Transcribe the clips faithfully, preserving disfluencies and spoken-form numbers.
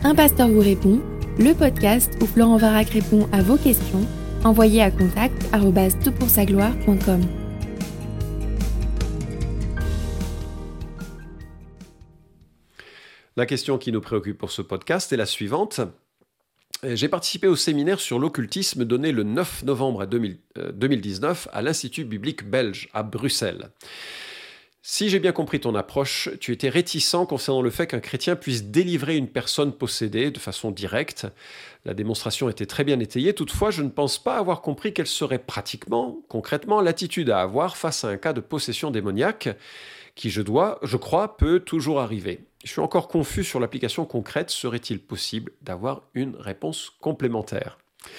Un pasteur vous répond, le podcast où Florent Varac répond à vos questions, envoyez à contact arobase tout pour sa gloire point com. La question qui nous préoccupe pour ce podcast est la suivante. J'ai participé au séminaire sur l'occultisme donné le neuf novembre deux mille dix-neuf à l'Institut biblique belge à Bruxelles. Si j'ai bien compris ton approche, tu étais réticent concernant le fait qu'un chrétien puisse délivrer une personne possédée de façon directe. La démonstration était très bien étayée, toutefois je ne pense pas avoir compris quelle serait pratiquement, concrètement, l'attitude à avoir face à un cas de possession démoniaque qui, je dois, je crois, peut toujours arriver. Je suis encore confus sur l'application concrète. Serait-il possible d'avoir une réponse complémentaire ?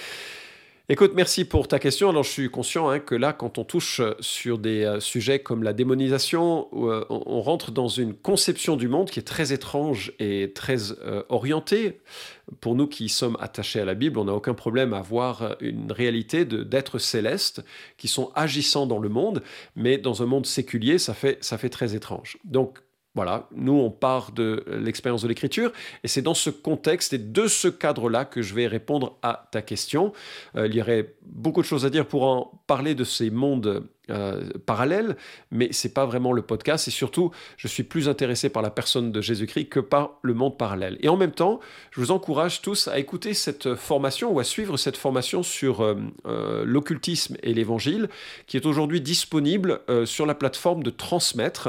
Écoute, merci pour ta question. Alors, je suis conscient hein, que là, quand on touche sur des euh, sujets comme la démonisation, euh, on, on rentre dans une conception du monde qui est très étrange et très euh, orientée. Pour nous qui sommes attachés à la Bible, on n'a aucun problème à voir une réalité de, d'êtres célestes qui sont agissants dans le monde, mais dans un monde séculier, ça fait, ça fait très étrange. Donc, voilà, nous on part de l'expérience de l'Écriture et c'est dans ce contexte et de ce cadre-là que je vais répondre à ta question. Euh, il y aurait beaucoup de choses à dire pour en parler de ces mondes euh, parallèles, mais ce n'est pas vraiment le podcast et surtout, je suis plus intéressé par la personne de Jésus-Christ que par le monde parallèle. Et en même temps, je vous encourage tous à écouter cette formation ou à suivre cette formation sur euh, euh, l'occultisme et l'Évangile qui est aujourd'hui disponible euh, sur la plateforme de Transmettre.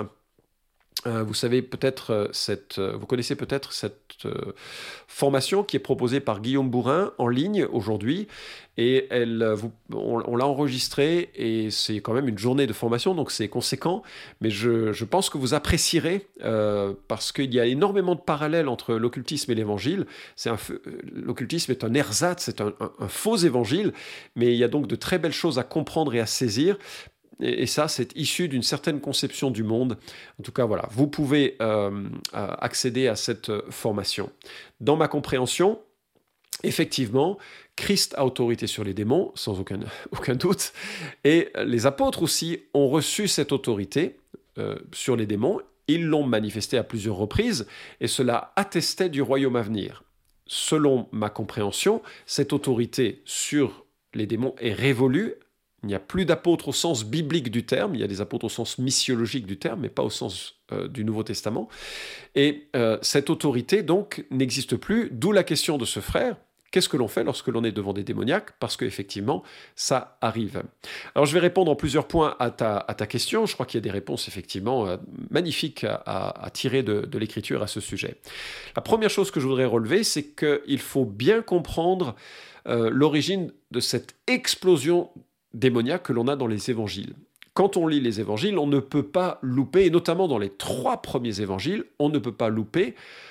Euh, vous savez peut-être euh, cette, euh, vous connaissez peut-être cette euh, formation qui est proposée par Guillaume Bourrin en ligne aujourd'hui et elle, euh, vous, on, on l'a enregistrée et c'est quand même une journée de formation donc c'est conséquent mais je, je pense que vous apprécierez euh, parce qu'il y a énormément de parallèles entre l'occultisme et l'évangile. C'est un, l'occultisme est un ersatz, c'est un, un, un faux évangile mais il y a donc de très belles choses à comprendre et à saisir. Et ça, c'est issu d'une certaine conception du monde. En tout cas, voilà, vous pouvez euh, accéder à cette formation. Dans ma compréhension, effectivement, Christ a autorité sur les démons, sans aucun, aucun doute, et les apôtres aussi ont reçu cette autorité euh, sur les démons. Ils l'ont manifestée à plusieurs reprises, et cela attestait du royaume à venir. Selon ma compréhension, cette autorité sur les démons est révolue. Il n'y a plus d'apôtres au sens biblique du terme, il y a des apôtres au sens missiologique du terme, mais pas au sens euh, du Nouveau Testament. Et euh, cette autorité, donc, n'existe plus, d'où la question de ce frère. Qu'est-ce que l'on fait lorsque l'on est devant des démoniaques ? Parce qu'effectivement, ça arrive. Alors, je vais répondre en plusieurs points à ta, à ta question. Je crois qu'il y a des réponses, effectivement, euh, magnifiques à, à, à tirer de, de l'Écriture à ce sujet. La première chose que je voudrais relever, c'est qu'il faut bien comprendre euh, l'origine de cette explosion démoniaque que l'on a dans les évangiles. Quand on lit les évangiles, on ne peut pas louper, et notamment dans les trois premiers évangiles, on ne peut pas louper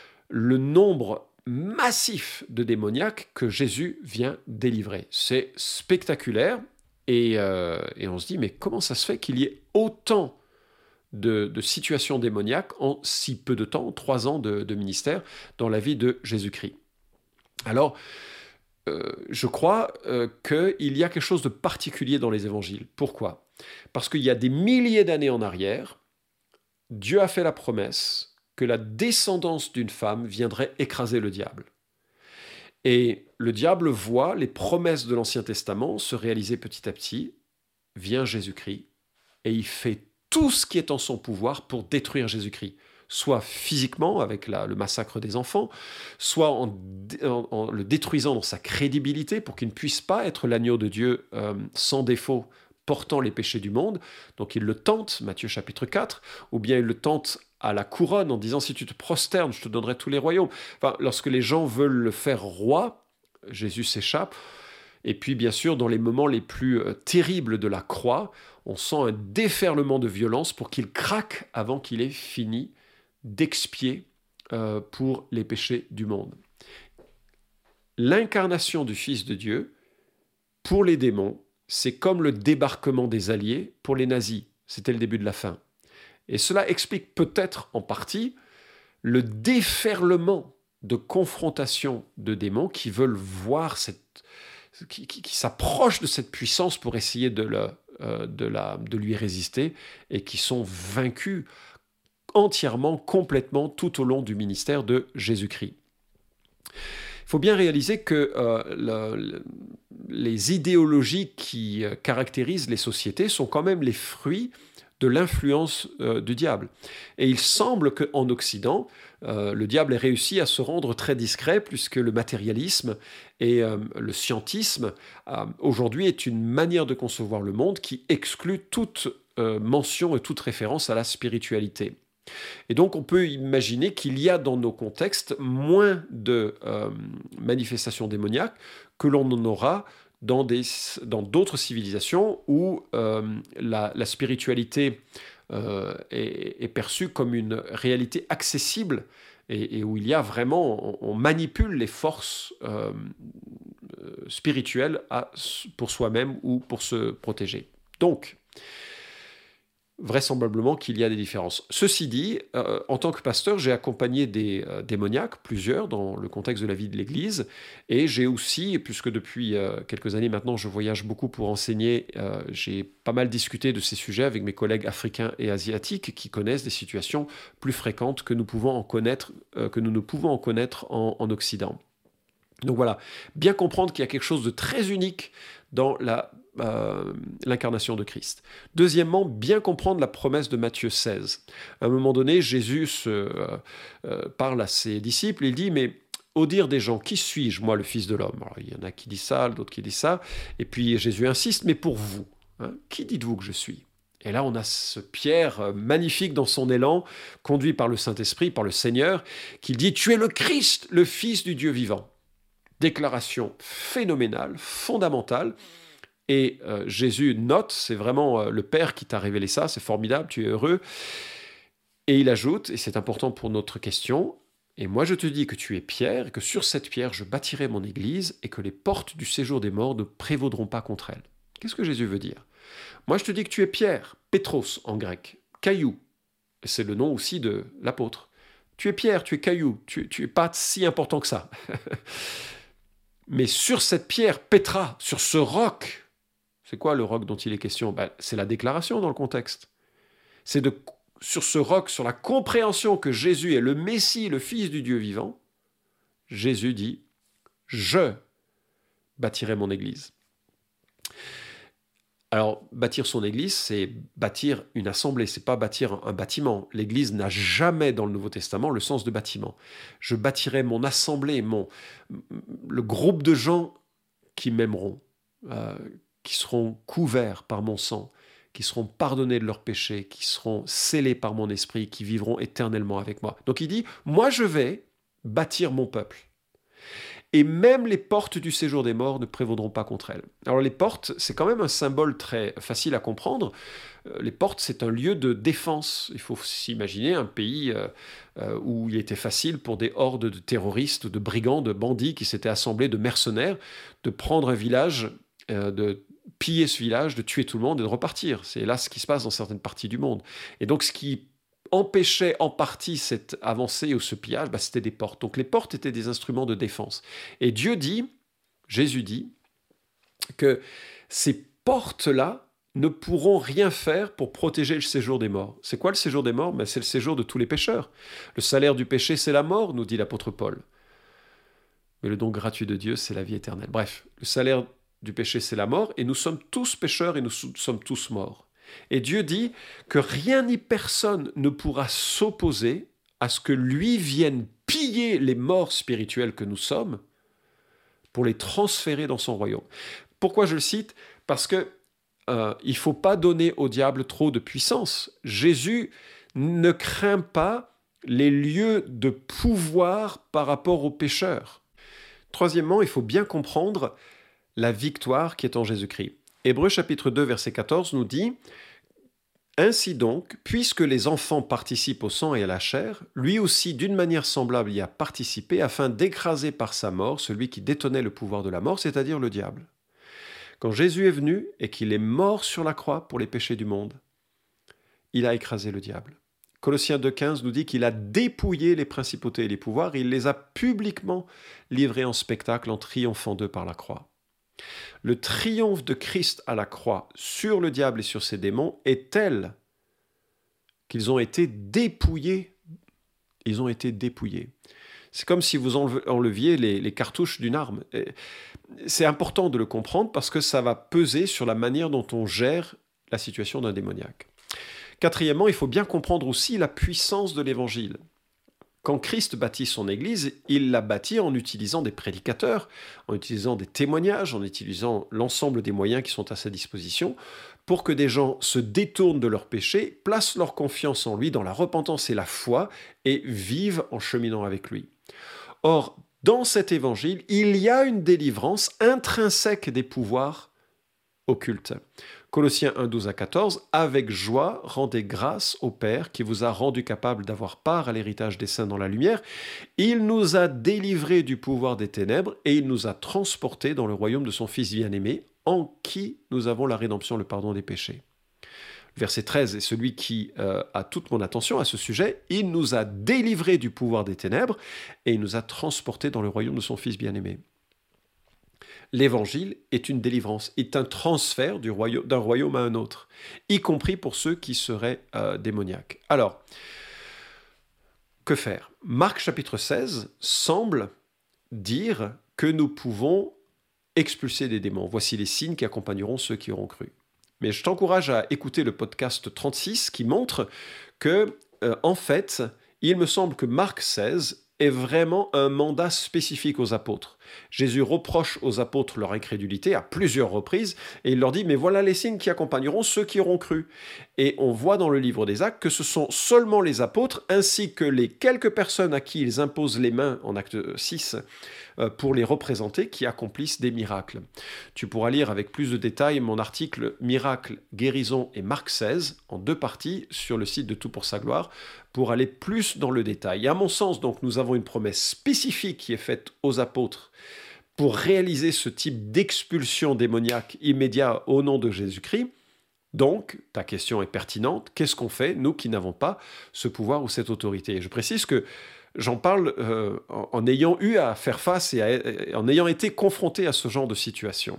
le nombre massif de démoniaques que Jésus vient délivrer. C'est spectaculaire, et, euh, et on se dit, mais comment ça se fait qu'il y ait autant de, de situations démoniaques en si peu de temps, trois ans de, de ministère, dans la vie de Jésus-Christ ? Alors, Euh, je crois euh, qu'il y a quelque chose de particulier dans les évangiles. Pourquoi ? Parce qu'il y a des milliers d'années en arrière, Dieu a fait la promesse que la descendance d'une femme viendrait écraser le diable. Et le diable voit les promesses de l'Ancien Testament se réaliser petit à petit, vient Jésus-Christ, et il fait tout ce qui est en son pouvoir pour détruire Jésus-Christ. Soit physiquement avec la, le massacre des enfants, soit en, en, en le détruisant dans sa crédibilité pour qu'il ne puisse pas être l'agneau de Dieu euh, sans défaut, portant les péchés du monde. Donc il le tente, Matthieu chapitre quatre, ou bien il le tente à la couronne en disant « si tu te prosternes, je te donnerai tous les royaumes ». Enfin, lorsque les gens veulent le faire roi, Jésus s'échappe. Et puis bien sûr, dans les moments les plus euh, terribles de la croix, on sent un déferlement de violence pour qu'il craque avant qu'il ait fini d'expier euh, pour les péchés du monde. L'incarnation du Fils de Dieu, pour les démons, c'est comme le débarquement des Alliés pour les nazis. C'était le début de la fin. Et cela explique peut-être en partie le déferlement de confrontation de démons qui veulent voir cette... qui, qui, qui s'approchent de cette puissance pour essayer de, le, euh, de, la, de lui résister et qui sont vaincus entièrement, complètement, tout au long du ministère de Jésus-Christ. Il faut bien réaliser que euh, le, le, les idéologies qui euh, caractérisent les sociétés sont quand même les fruits de l'influence euh, du diable. Et il semble qu'en Occident, euh, le diable ait réussi à se rendre très discret, puisque le matérialisme et euh, le scientisme, euh, aujourd'hui, est une manière de concevoir le monde qui exclut toute euh, mention et toute référence à la spiritualité. Et donc on peut imaginer qu'il y a dans nos contextes moins de euh, manifestations démoniaques que l'on en aura dans, des, dans d'autres civilisations où euh, la, la spiritualité euh, est, est perçue comme une réalité accessible et, et où il y a vraiment, on, on manipule les forces euh, spirituelles à, pour soi-même ou pour se protéger. Donc, vraisemblablement qu'il y a des différences. Ceci dit, euh, en tant que pasteur, j'ai accompagné des euh, démoniaques, plusieurs, dans le contexte de la vie de l'Église, et j'ai aussi, puisque depuis euh, quelques années maintenant, je voyage beaucoup pour enseigner, euh, j'ai pas mal discuté de ces sujets avec mes collègues africains et asiatiques qui connaissent des situations plus fréquentes que nous pouvons en connaître, euh, que nous ne pouvons en connaître en, en Occident. Donc voilà, bien comprendre qu'il y a quelque chose de très unique dans la Euh, l'incarnation de Christ. Deuxièmement, bien comprendre la promesse de Matthieu seize. À un moment donné, Jésus se, euh, euh, parle à ses disciples, il dit, mais au dire des gens, qui suis-je, moi, le Fils de l'homme? Alors, il y en a qui disent ça, d'autres qui disent ça, et puis Jésus insiste, mais pour vous, hein, qui dites-vous que je suis? Et là, on a ce Pierre magnifique dans son élan, conduit par le Saint-Esprit, par le Seigneur, qui dit, tu es le Christ, le Fils du Dieu vivant. Déclaration phénoménale, fondamentale. Et euh, Jésus note, c'est vraiment euh, le Père qui t'a révélé ça, c'est formidable, tu es heureux. Et il ajoute, et c'est important pour notre question, et moi je te dis que tu es Pierre, et que sur cette pierre je bâtirai mon église, et que les portes du séjour des morts ne prévaudront pas contre elle. Qu'est-ce que Jésus veut dire? Moi je te dis que tu es Pierre, Pétros en grec, caillou, et c'est le nom aussi de l'apôtre. Tu es Pierre, tu es caillou, tu, tu es pas si important que ça. Mais sur cette pierre, Pétra, sur ce roc, c'est quoi le roc dont il est question? Ben, c'est la déclaration dans le contexte. C'est de, sur ce roc, sur la compréhension que Jésus est le Messie, le Fils du Dieu vivant, Jésus dit « Je bâtirai mon église ». Alors, bâtir son église, c'est bâtir une assemblée, c'est pas bâtir un, un bâtiment. L'église n'a jamais dans le Nouveau Testament le sens de bâtiment. Je bâtirai mon assemblée, mon, le groupe de gens qui m'aimeront, euh, qui seront couverts par mon sang, qui seront pardonnés de leurs péchés, qui seront scellés par mon esprit, qui vivront éternellement avec moi. Donc il dit, moi je vais bâtir mon peuple. Et même les portes du séjour des morts ne prévaudront pas contre elles. Alors les portes, c'est quand même un symbole très facile à comprendre. Les portes, c'est un lieu de défense. Il faut s'imaginer un pays euh, où il était facile pour des hordes de terroristes, de brigands, de bandits qui s'étaient assemblés, de mercenaires, de prendre un village, euh, de piller ce village, de tuer tout le monde et de repartir. C'est là ce qui se passe dans certaines parties du monde. Et donc ce qui empêchait en partie cette avancée ou ce pillage, bah, c'était des portes. Donc les portes étaient des instruments de défense. Et Dieu dit, Jésus dit, que ces portes-là ne pourront rien faire pour protéger le séjour des morts. C'est quoi le séjour des morts? Ben, c'est le séjour de tous les pécheurs. Le salaire du péché, c'est la mort, nous dit l'apôtre Paul. Mais le don gratuit de Dieu, c'est la vie éternelle. Bref, le salaire du péché, c'est la mort, et nous sommes tous pécheurs et nous sommes tous morts. Et Dieu dit que rien ni personne ne pourra s'opposer à ce que lui vienne piller les morts spirituelles que nous sommes pour les transférer dans son royaume. Pourquoi je le cite? Parce que euh, il ne faut pas donner au diable trop de puissance. Jésus ne craint pas les lieux de pouvoir par rapport aux pécheurs. Troisièmement, il faut bien comprendre la victoire qui est en Jésus-Christ. Hébreux chapitre deux, verset quatorze nous dit « Ainsi donc, puisque les enfants participent au sang et à la chair, lui aussi d'une manière semblable y a participé afin d'écraser par sa mort celui qui détenait le pouvoir de la mort, c'est-à-dire le diable. Quand Jésus est venu et qu'il est mort sur la croix pour les péchés du monde, il a écrasé le diable. Colossiens deux, quinze nous dit qu'il a dépouillé les principautés et les pouvoirs, et il les a publiquement livrés en spectacle en triomphant d'eux par la croix. Le triomphe de Christ à la croix sur le diable et sur ses démons est tel qu'ils ont été dépouillés. Ils ont été dépouillés. C'est comme si vous enleve- enleviez les, les cartouches d'une arme. Et c'est important de le comprendre parce que ça va peser sur la manière dont on gère la situation d'un démoniaque. Quatrièmement, il faut bien comprendre aussi la puissance de l'évangile. Quand Christ bâtit son Église, il l'a bâtie en utilisant des prédicateurs, en utilisant des témoignages, en utilisant l'ensemble des moyens qui sont à sa disposition, pour que des gens se détournent de leurs péchés, placent leur confiance en lui dans la repentance et la foi, et vivent en cheminant avec lui. Or, dans cet évangile, il y a une délivrance intrinsèque des pouvoirs occultes. Colossiens un, douze à quatorze, « Avec joie, rendez grâce au Père qui vous a rendu capable d'avoir part à l'héritage des saints dans la lumière. Il nous a délivrés du pouvoir des ténèbres et il nous a transportés dans le royaume de son Fils bien-aimé, en qui nous avons la rédemption, le pardon des péchés. » Verset treize est celui qui euh, a toute mon attention à ce sujet. « Il nous a délivrés du pouvoir des ténèbres et il nous a transportés dans le royaume de son Fils bien-aimé. » L'évangile est une délivrance, est un transfert du royaume, d'un royaume à un autre, y compris pour ceux qui seraient euh, démoniaques. Alors, que faire ? Marc chapitre seize semble dire que nous pouvons expulser des démons. Voici les signes qui accompagneront ceux qui auront cru. Mais je t'encourage à écouter le podcast trente-six qui montre que, euh, en fait, il me semble que Marc seize est vraiment un mandat spécifique aux apôtres. Jésus reproche aux apôtres leur incrédulité à plusieurs reprises et il leur dit « Mais voilà les signes qui accompagneront ceux qui auront cru. » Et on voit dans le livre des Actes que ce sont seulement les apôtres ainsi que les quelques personnes à qui ils imposent les mains en acte six pour les représenter qui accomplissent des miracles. Tu pourras lire avec plus de détails mon article « Miracles, guérison et Marc seize » en deux parties sur le site de Tout pour sa gloire pour aller plus dans le détail. Et à mon sens, donc, nous avons une promesse spécifique qui est faite aux apôtres pour réaliser ce type d'expulsion démoniaque immédiat au nom de Jésus-Christ. Donc, ta question est pertinente. Qu'est-ce qu'on fait, nous qui n'avons pas ce pouvoir ou cette autorité ? Je précise que j'en parle euh, en, en ayant eu à faire face et à, en ayant été confronté à ce genre de situation.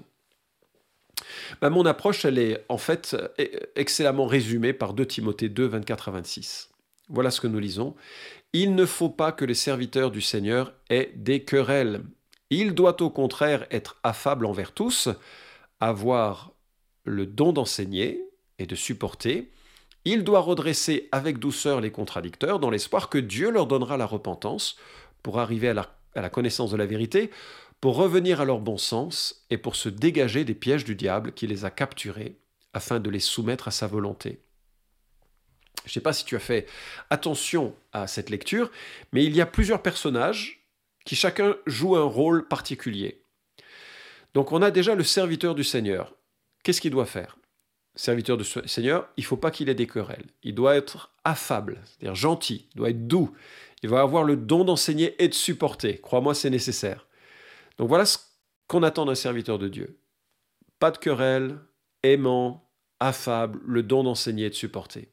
Ben, mon approche, elle est en fait excellemment résumée par deux Timothée deux, vingt-quatre à vingt-six. Voilà ce que nous lisons. « Il ne faut pas que les serviteurs du Seigneur aient des querelles. Il doit au contraire être affable envers tous, avoir le don d'enseigner et de supporter. Il doit redresser avec douceur les contradicteurs dans l'espoir que Dieu leur donnera la repentance pour arriver à la, à la connaissance de la vérité, pour revenir à leur bon sens et pour se dégager des pièges du diable qui les a capturés afin de les soumettre à sa volonté. » Je ne sais pas si tu as fait attention à cette lecture, mais il y a plusieurs personnages qui chacun joue un rôle particulier. Donc on a déjà le serviteur du Seigneur. Qu'est-ce qu'il doit faire ? Serviteur du Seigneur, il ne faut pas qu'il ait des querelles. Il doit être affable, c'est-à-dire gentil, il doit être doux. Il va avoir le don d'enseigner et de supporter. Crois-moi, c'est nécessaire. Donc voilà ce qu'on attend d'un serviteur de Dieu. Pas de querelle, aimant, affable, le don d'enseigner et de supporter.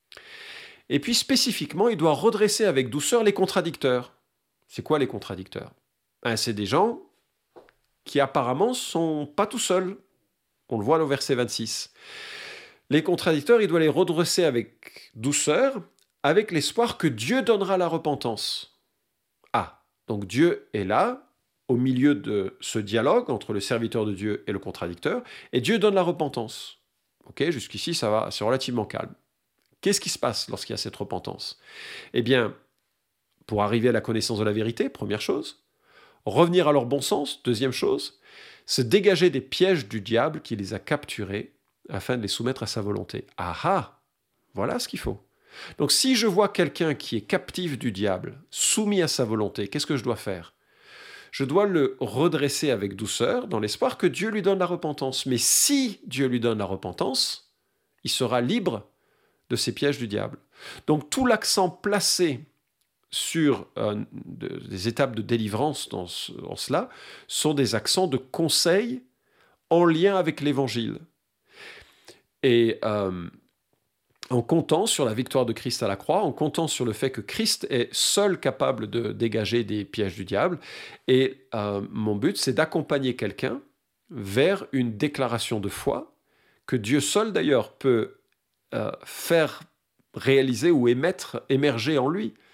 Et puis spécifiquement, il doit redresser avec douceur les contradicteurs. C'est quoi les contradicteurs ? Ben, c'est des gens qui apparemment sont pas tout seuls. On le voit au verset vingt-six. Les contradicteurs, il doit les redresser avec douceur, avec l'espoir que Dieu donnera la repentance. Ah, donc Dieu est là, au milieu de ce dialogue entre le serviteur de Dieu et le contradicteur, et Dieu donne la repentance. Ok, jusqu'ici, ça va, c'est relativement calme. Qu'est-ce qui se passe lorsqu'il y a cette repentance ? Eh bien, pour arriver à la connaissance de la vérité, première chose. Revenir à leur bon sens, deuxième chose. Se dégager des pièges du diable qui les a capturés afin de les soumettre à sa volonté. Ah ah ! Voilà ce qu'il faut. Donc si je vois quelqu'un qui est captif du diable, soumis à sa volonté, qu'est-ce que je dois faire ? Je dois le redresser avec douceur, dans l'espoir que Dieu lui donne la repentance. Mais si Dieu lui donne la repentance, il sera libre de ces pièges du diable. Donc tout l'accent placé sur euh, de, des étapes de délivrance dans, ce, dans cela sont des accents de conseil en lien avec l'évangile. Et euh, en comptant sur la victoire de Christ à la croix, en comptant sur le fait que Christ est seul capable de dégager des pièges du diable, et euh, mon but, c'est d'accompagner quelqu'un vers une déclaration de foi que Dieu seul d'ailleurs peut Euh, faire réaliser ou émettre, émerger en lui.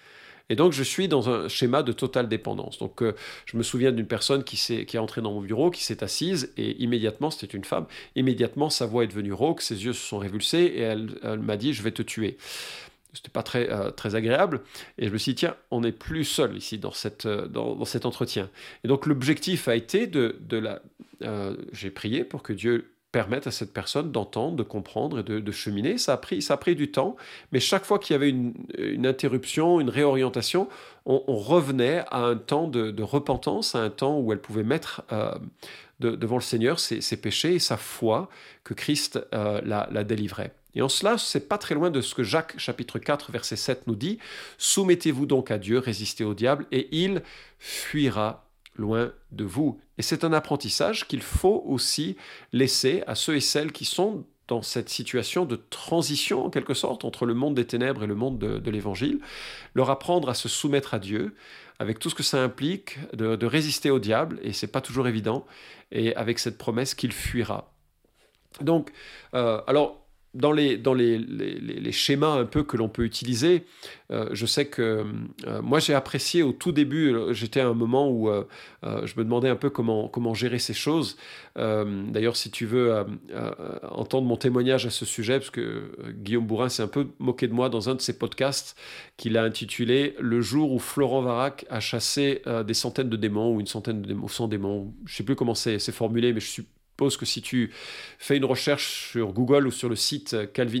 Et donc, je suis dans un schéma de totale dépendance. Donc, euh, je me souviens d'une personne qui, s'est, qui est entrée dans mon bureau, qui s'est assise, et immédiatement, c'était une femme, immédiatement, sa voix est devenue rauque, ses yeux se sont révulsés, et elle, elle m'a dit « je vais te tuer ». C'était pas très, euh, très agréable, et je me suis dit, tiens, on n'est plus seul ici dans, cette, euh, dans, dans cet entretien. Et donc l'objectif a été de, de la... Euh, j'ai prié pour que Dieu permette à cette personne d'entendre, de comprendre et de, de cheminer. Ça a, pris, ça a pris du temps, mais chaque fois qu'il y avait une, une interruption, une réorientation, on, on revenait à un temps de, de repentance, à un temps où elle pouvait mettre euh, de, devant le Seigneur ses, ses péchés et sa foi que Christ euh, la, la délivrait. Et en cela, c'est pas très loin de ce que Jacques, chapitre quatre, verset sept nous dit. « Soumettez-vous donc à Dieu, résistez au diable, et il fuira loin de vous. » Et c'est un apprentissage qu'il faut aussi laisser à ceux et celles qui sont dans cette situation de transition, en quelque sorte, entre le monde des ténèbres et le monde de, de l'Évangile, leur apprendre à se soumettre à Dieu, avec tout ce que ça implique, de, de résister au diable, et c'est pas toujours évident, et avec cette promesse qu'il fuira. Donc, euh, alors, Dans, les, dans les, les, les schémas un peu que l'on peut utiliser, euh, je sais que euh, moi j'ai apprécié au tout début, j'étais à un moment où euh, euh, je me demandais un peu comment, comment gérer ces choses. Euh, d'ailleurs, si tu veux euh, euh, entendre mon témoignage à ce sujet, parce que euh, Guillaume Bourrin s'est un peu moqué de moi dans un de ses podcasts qu'il a intitulé « Le jour où Florent Varac a chassé euh, des centaines de démons » ou une centaine de démons, cent démons, je ne sais plus comment c'est, c'est formulé, mais je suis que si tu fais une recherche sur Google ou sur le site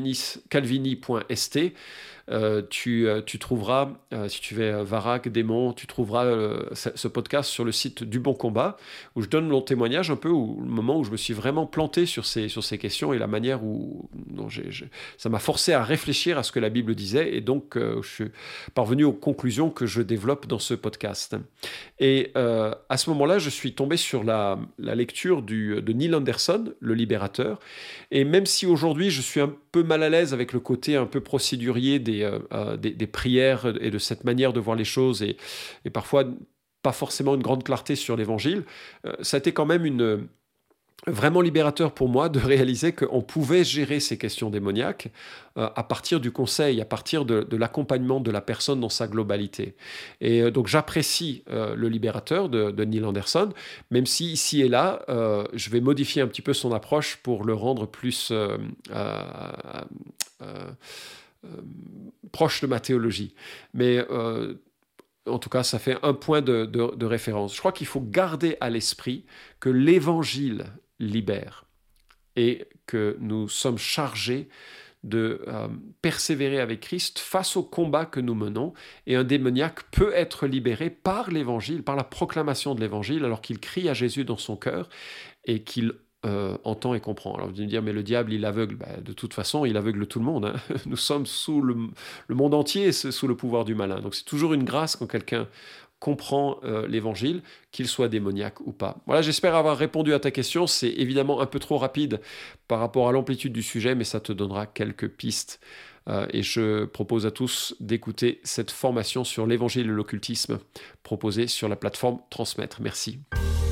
calvini point s t, euh, tu, euh, tu trouveras, euh, si tu fais euh, Varac, démon, tu trouveras euh, ce, ce podcast sur le site du Bon Combat, où je donne mon témoignage un peu, où, le moment où je me suis vraiment planté sur ces, sur ces questions et la manière où dont j'ai, j'ai, ça m'a forcé à réfléchir à ce que la Bible disait, et donc euh, je suis parvenu aux conclusions que je développe dans ce podcast. Et euh, à ce moment-là, je suis tombé sur la, la lecture du, de Neil Anderson, Le Libérateur, et même si aujourd'hui je suis un peu mal à l'aise avec le côté un peu procédurier des Euh, euh, des, des prières et de cette manière de voir les choses, et, et parfois pas forcément une grande clarté sur l'Évangile, euh, ça a été quand même une, vraiment libérateur pour moi de réaliser qu'on pouvait gérer ces questions démoniaques euh, à partir du conseil, à partir de, de l'accompagnement de la personne dans sa globalité. Et euh, donc j'apprécie euh, Le Libérateur de, de Neil Anderson, même si ici et là, euh, je vais modifier un petit peu son approche pour le rendre plus... Euh, euh, euh, Euh, proche de ma théologie. Mais euh, en tout cas, ça fait un point de, de, de référence. Je crois qu'il faut garder à l'esprit que l'Évangile libère et que nous sommes chargés de euh, persévérer avec Christ face au combat que nous menons, et un démoniaque peut être libéré par l'Évangile, par la proclamation de l'Évangile, alors qu'il crie à Jésus dans son cœur et qu'il Euh, entend et comprend. Alors vous allez me dire, mais le diable, il aveugle. Ben, de toute façon, il aveugle tout le monde. Hein. Nous sommes sous le, le monde entier, sous le pouvoir du malin. Donc c'est toujours une grâce quand quelqu'un comprend euh, l'évangile, qu'il soit démoniaque ou pas. Voilà, j'espère avoir répondu à ta question. C'est évidemment un peu trop rapide par rapport à l'amplitude du sujet, mais ça te donnera quelques pistes. Euh, et je propose à tous d'écouter cette formation sur l'évangile et l'occultisme proposée sur la plateforme Transmettre. Merci.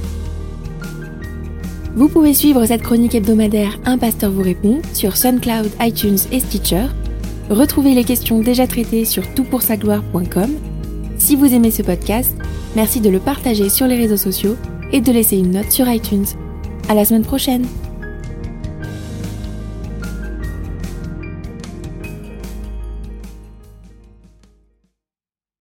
Vous pouvez suivre cette chronique hebdomadaire Un pasteur vous répond sur SoundCloud, iTunes et Stitcher. Retrouvez les questions déjà traitées sur tout pour sa gloire point com. Si vous aimez ce podcast, merci de le partager sur les réseaux sociaux et de laisser une note sur iTunes. À la semaine prochaine!